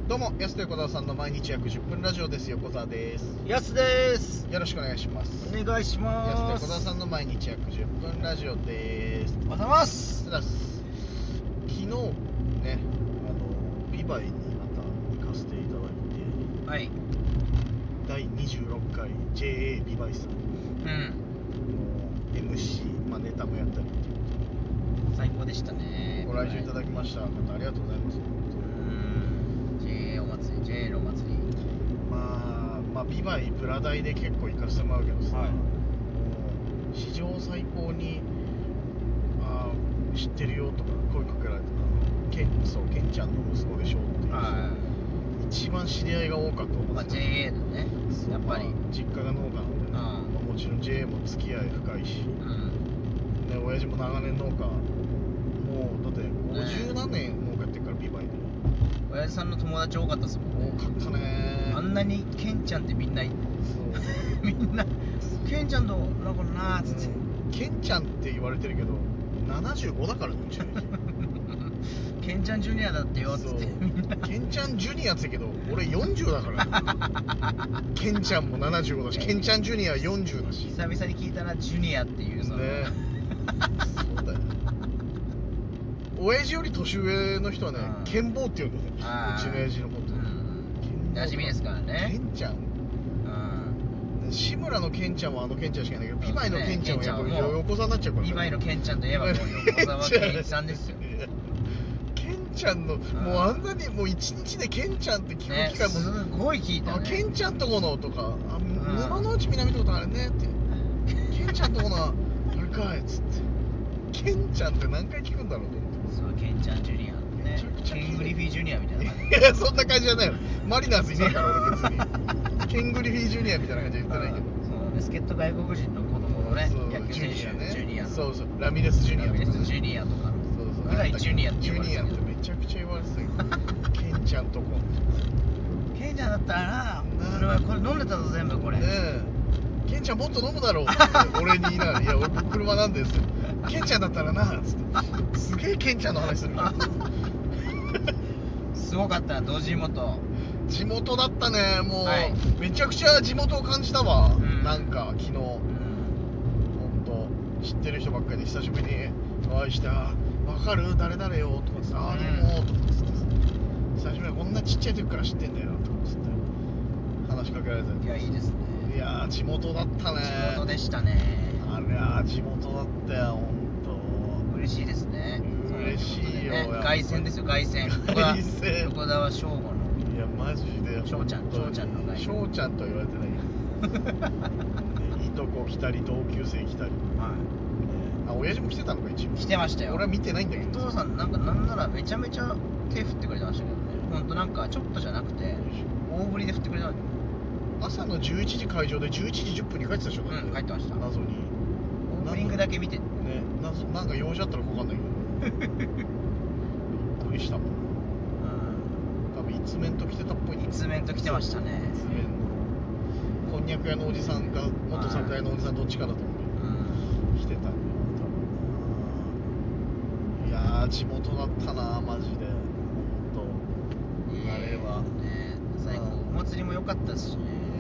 どうも、安と横澤さんの毎日約10分ラジオです。横澤です。 やすです。 よろしくお願いします。 お願いします。 安と横澤さんの毎日約10分ラジオです。 おはようございます。 昨日ね、ビバイにまた行かせていただいて、 はい。 第26回 JA ビバイさんの MC、ネタもやったりっていう最高でしたね。 ご来場いただきました方、ありがとうございます。 JA お祭り、JA のお祭り。 ビバイプラダイで結構行かせてもらうけどさ、 はい、 もう史上最高に知ってるよとか声かけられてケンちゃんの息子でしょっていう、一番知り合いが多かったと思うんですよ。 JA だね、やっぱり、 実家が農家なので、もちろん JA も付き合い深いし、親父も長年農家、もうだって50何年農家やってるからビバイで。 親父さんの友達多かったですもんね。 多かったね。 あんなにケンちゃんってみんなみんなケンちゃんとなんかなーっつって、 ケンちゃんって言われてるけど75だからね、うちの親父ケンちゃんジュニアだってよっつって、 ケンちゃんジュニアって言ったけど俺40だからケンちゃんも75だし、ケンちゃんジュニア40だし、 久々に聞いたな、ジュニアっていうのね。そうだよ。親父より年上の人はね、ケンボーって言うんだよね、うちの親父のこと。 馴染みですからね。 ケンちゃん、志村のケンちゃんはあのケンちゃんしかいないけど、ビバイのケンちゃんはやっぱ横澤になっちゃうからね。 ビバイのケンちゃんといえばもう横澤ケンさんですよ。 ケンちゃんの、もうあんなにもう一日でケンちゃんって聞く機会もすごい聞いたね。 ケンちゃんとこのとか、沼の内南とこのあれねって、ケンちゃんとこのあれかいっつって、ケンちゃんって何回聞くんだろうと思って。 そう、ケンちゃんジュニアね、ケングリフィージュニアみたいな感じ。 いや、そんな感じじゃないよ。マリナーズいねえから俺別にケングリフィージュニアみたいな感じで言ってないけど、 そう、助っ人外国人の子供のね、野球選手ね、 ジュニア、 そうそう、ラミレスジュニアとか、 ラミレスジュニアとか、以来ジュニアってジュニアってめちゃくちゃ言われてたけどケンちゃんとこケンちゃんだったらな、俺はこれ飲んでたぞ全部これ。 ケンちゃんもっと飲むだろうって俺に言いながら、いや俺車なんですよ、ケンちゃんだったらなっつって、すげえケンちゃんの話するすごかった、地元だったね、もう、めちゃくちゃ地元を感じたわ、なんか昨日、ほんと知ってる人ばっかりで久しぶりにお会いして、わかる誰々よとかさ、どうもとかつってさ、久しぶりにこんなちっちゃい時から知ってんだよとかつって話しかけられたり。 いや、いいですね。 いやー、地元だったね。 地元でしたね。 あれは地元だったよ、ほんと。 嬉しいですね。 嬉しいよ、 凱旋ですよ、凱旋。横澤翔吾の。 いや、マジで翔ちゃんの凱旋。 翔ちゃんとは言われてないよいとこ来たり、同級生来たり。親父も来てたのか、一応。 来てましたよ。 俺は見てないんだけど。 お父さん、なんならめちゃめちゃ手振ってくれてましたけどね。ほんとなんかちょっとじゃなくて大振りで振ってくれた。 朝の11時会場で11時10分に帰ってたでしょ。 帰ってました。 謎にオープニングだけ見てね、 なんか用事あったのか分かんないけどびっくりしたもん。多分一面と来てたっぽい。 一面と来てましたね。 一面のこんにゃく屋のおじさんか元酒屋のおじさんどっちかだと思うけど、来てたんだよ多分。いやー、地元だったなマジで。ほんとあれはね、最後お祭りも良かったしね。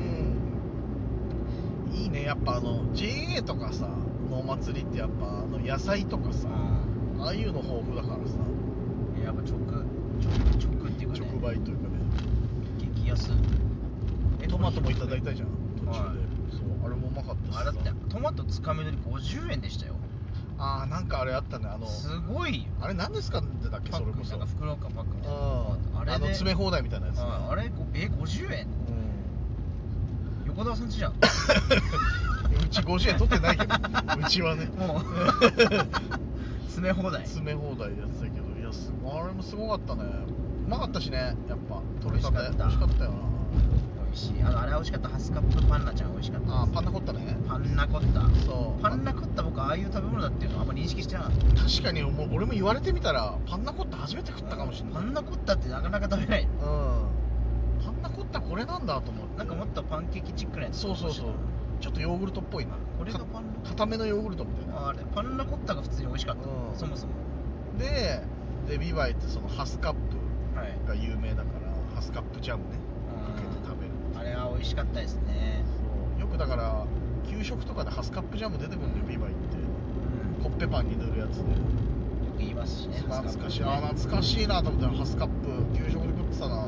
いいね、やっぱJA とかさのお祭りってやっぱ野菜とかさ、ああいうの豊富だからさ、 やっぱ直っていうかね、 直売というかね、 激安。 トマトもいただいたじゃん途中で。そう、あれもうまかったしさ。 あれだってトマトつかみ取り50円でしたよ。 なんかあれあったね、 すごいよ。 あれ何ですかってだっけ、それこそ袋かパックみたいな、 あれで詰め放題みたいなやつ。 あれ50円、横澤さんちじゃん。 うち50円取ってないけどうちはね、 もう詰め放題やってたけど、いや、あれもすごかったね。うまかったしね、やっぱ取れたて美味しかったよな。 美味しい。あれ美味しかった。ハスカップパンナちゃん美味しかった。 パンナコッタね。 パンナコッタ。 そう、 パンナコッタ、僕ああいう食べ物だっていうのあんま認識してなかった。 確かに俺も言われてみたらパンナコッタ初めて食ったかもしれない。 パンナコッタってなかなか食べない。 パンナコッタこれなんだと思って。 なんかもっとパンケーキチックなやつ。 そうちょっとヨーグルトっぽいな。 これがパンナ固めのヨーグルトみたいな。 あれパンナコッタが普通に美味しかった、そもそも。 でビバイってそのハスカップが有名だから、ハスカッカップジャムねかけて食べる。 あれは美味しかったですね。 そうよくだから給食とかでハスカップジャム出てくるんだよ、ビバイって、コッペパンに塗るやつで。 よく言いますしね。 懐かしい、懐かしいなと思ったら、ハスカップ給食で食ってたなと思って、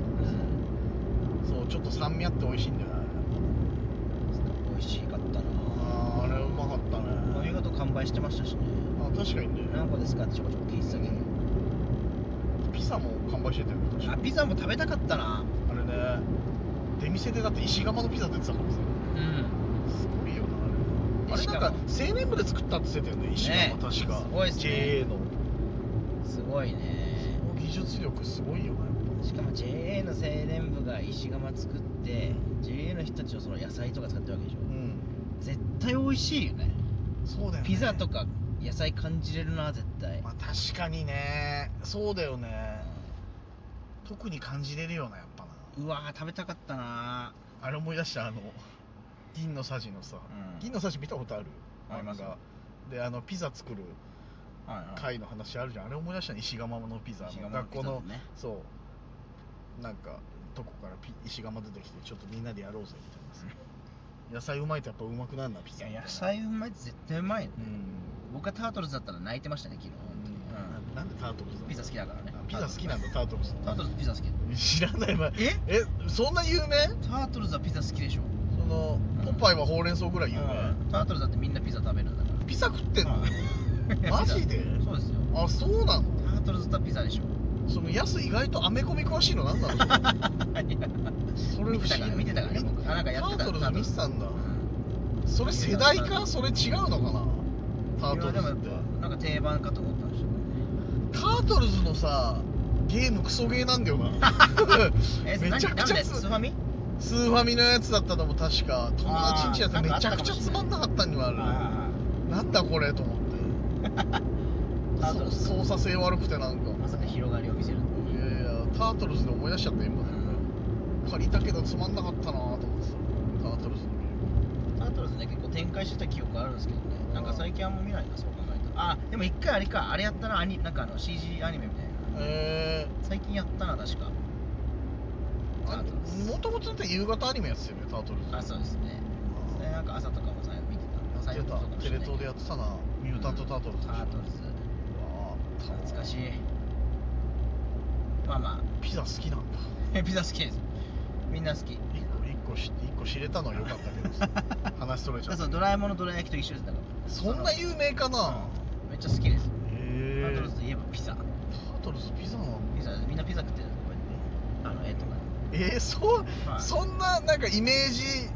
そうちょっと酸味あって美味しいんだよね。 美味しかったな。 あれうまかったね。 見事完売してましたしね。 確かにね。 何個ですかってちょこちょこ聞いてたけど、 ピザも完売してたよね。 ピザも食べたかったな。 あれね、出店でだって石窯のピザ出てたからさ。すごいよなあれ。なんか青年部で作ったって言ってたよね、石窯、確か。 すごいっすね。 JA のすごいね。 その技術力すごいよね。 しかも JA の青年部が石窯作って JA の人たちのその野菜とか使ってるわけでしょ。絶対美味しいよね。 そうだよね。 ピザとか野菜感じれるな、絶対。 確かにね、そうだよね。特に感じれるよな、やっぱな。 うわー、食べたかったな。 あれ思い出した、銀のさじのさ、銀のさじ見たことある？ ありますよ。 で、ピザ作る会の話あるじゃん。あれ思い出したね、石窯のピザ。学校の、そうなんかとこから石窯出てきて、ちょっとみんなでやろうぜみたいなさ。野菜うまいとやっぱうまくなるな、ピザ。 いや、野菜うまいって絶対うまいよね。僕はタートルズだったら泣いてましたね、昨日。 なんでタートルズ？ ピザ好きだからね。 ピザ好きなんだ、タートルズ。 タートルズピザ好き。 知らない。そんな有名？ タートルズはピザ好きでしょ。 ポパイはほうれん草ぐらい有名。 タートルズだってみんなピザ食べるんだから。 ピザ食ってんの？マジで？ そうですよ。 あ、そうなの？ タートルズとピザでしょ。 ヤス意外とアメコミ詳しいのなんだろう。それ見てたからね、僕。なんかやってた。 タートルズ見てたんだ。それ世代か？それ違うのかな？タートルズって。 なんか定番かと思ったんですよ。 タートルズのさ、ゲームクソゲーなんだよな。めちゃくちゃスーファミ？ スーファミのやつだったのも確か。友達んちやつめちゃくちゃつまんなかったにはある。なんだこれと思って。操作性悪くてなんか。 まさか広がりを見せる。 いやタートルズで思い出しちゃった今。借りたけどつまんなかったなと思ってた。タートルズのゲーム。 タートルズね、結構展開してた記憶あるんですけどね。なんか最近あんま見ないな、そう考えたら。でも一回あれか、あれやったな、なんかCG アニメみたいな。最近やったな、確か。 もともと夕方アニメやってたよね、タートルズ。 そうですね。それなんか朝とかも最後見てた。 テレ東でやってたな、ミュータント・タートルズ。 タートルズ。懐かしい。まあピザ好きなんだ。 ピザ好きです。みんな好き。 一個知れたのは良かったけどさ。話それちゃった。 ドラえもんのどら焼きと一緒です。だからそんな有名かな。 めっちゃ好きです。タートルズといえばピザ。タートルズピザなの？ ピザ、みんなピザ食ってる。こうやって絵とか。 そんななんかイメージ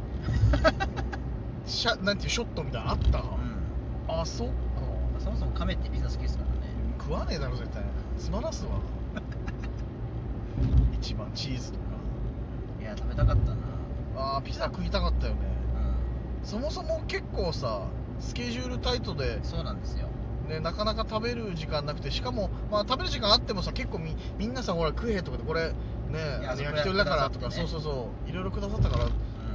なんていうショットみたいなのあった？あ、そっか。 そもそも亀ってピザ好きですからね。 食わねえだろ絶対。つまらすわ。一番チーズとか。 いや、食べたかったな。 ピザ食いたかったよね。そもそも結構さ、スケジュールタイトで。 そうなんですよね、なかなか食べる時間なくて、しかも食べる時間あってもさ、結構みんなさ、ほら食えとかで、これね、焼き鳥だからとか、そういろいろくださったからね。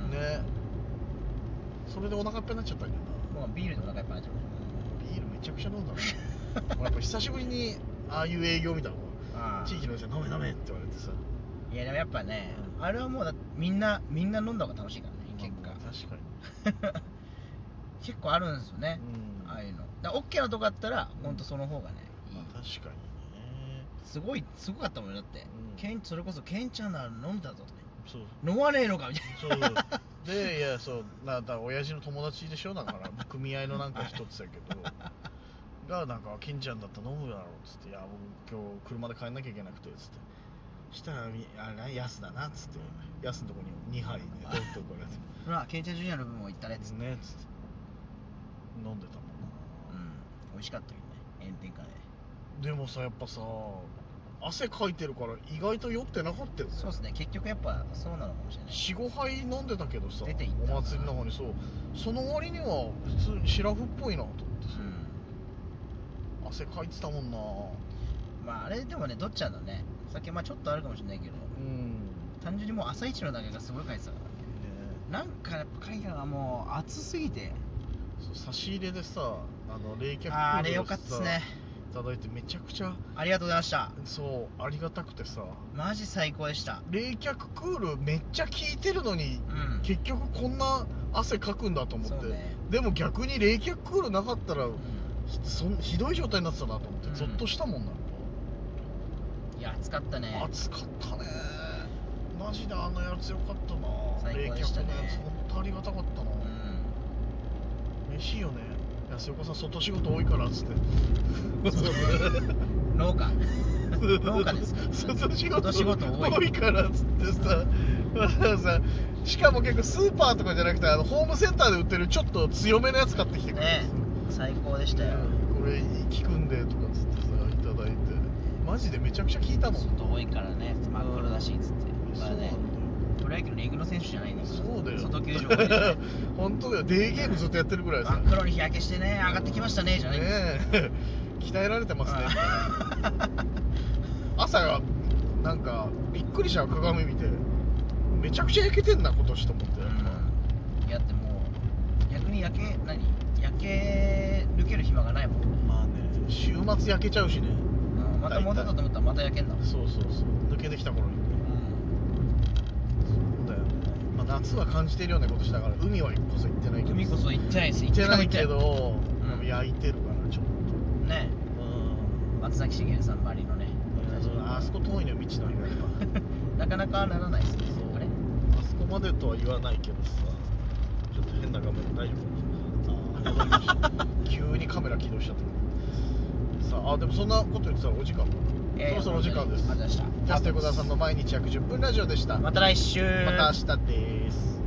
それでお腹いっぱいになっちゃったんだよな。 もうビールでお腹いっぱいになっちゃう。 ビールめちゃくちゃ飲んだね。やっぱ久しぶりにああいう営業見たの。地域の人に飲めって言われてさ。 いやでもやっぱね、あれはもうみんな飲んだ方が楽しいからね、結果。 確かに。 結構あるんですよね、ああいうの。だから OK なとこあったら、ほんとその方がね、いい。 確かにね。 すごかったもんね、だって。それこそケンちゃんなら飲んだぞとね。 そう。 飲まねえのかみたいな。 そうで、いや、だから親父の友達でしょ、だから組合のなんか人って言ってたけどがなんかケンちゃんだったら飲むだろうっつって、いや僕今日車で帰んなきゃいけなくてっつって、したらヤスだなっつって、ヤスのとこに2杯ねドッとこれほらケンちゃんジュニアの分も行ったねっつってねっつって飲んでたもんな。 美味しかったけどね、炎天下で。でもさ、やっぱさ、汗かいてるから意外と酔ってなかったよね。 そうですね、結局やっぱそうなのかもしれない。 4,5 杯飲んでたけどさ、 出ていったお祭りの方に。その割には普通シラフっぽいなと思ってさ、汗かいてたもんな。 あれでもね、どっちなんだろうね、酒ちょっとあるかもしれないけど、単純にもう朝一のだけがすごいかいてたからね。なんかやっぱかいたのがもう暑すぎて、 差し入れでさ、冷却あれよかったっすね。 ただいてめちゃくちゃありがとうございました。 そうありがたくてさ、 マジ最高でした。 冷却クールめっちゃ効いてるのに、結局こんな汗かくんだと思って、でも逆に冷却クールなかったら、ひどい状態になってたなと思って、ゾッとしたもんな。 いや暑かったね。 暑かったねマジで。あのやつよかったな。 最高でしたね。 冷却のやつ本当ありがたかったな。嬉しいよね。安岡さん外仕事多いからっつって農家ですか。 外仕事多いからっつってさ、さしかも結構スーパーとかじゃなくてホームセンターで売ってるちょっと強めのやつ買ってきてくれるんですよ、 最高でしたよ、 これ効くんでとかっつってさいただいて、マジでめちゃくちゃ効いたもん。 外多いからね、真っ黒だしっつって。まあね、プロ野球のリーグの選手じゃないんだから。 そうだよ、 外球場多いでね本当だよ、デーゲームずっとやってるぐらいさ、 真っ黒に日焼けしてね、上がってきましたねじゃないんですよ、 鍛えられてますね朝がなんかびっくりした鏡見て、めちゃくちゃ焼けてんな今年と思って、 いやでも逆に焼け抜ける暇がないもん。 まあね、週末焼けちゃうしね、 また戻ったと思ったらまた焼けんだもん。 そう抜けてきた頃に、そうだよね。まあ夏は感じてるよね今年だから。海はこそ行ってないけど、 海こそ行ってないです。 行ってないけど、焼いてるからちょっとね。松崎しげるさんばりのね、 あそこ遠いのよ、道のりがなかなかならないですね。あれあそこまでとは言わないけどさ、ちょっと変な画面大丈夫かな。急にカメラ起動しちゃったさあ。でもそんなこと言ってたらお時間だ、そろそろお時間です。キャスト横田さんの毎日約10分ラジオでした。 また来週。 また明日です。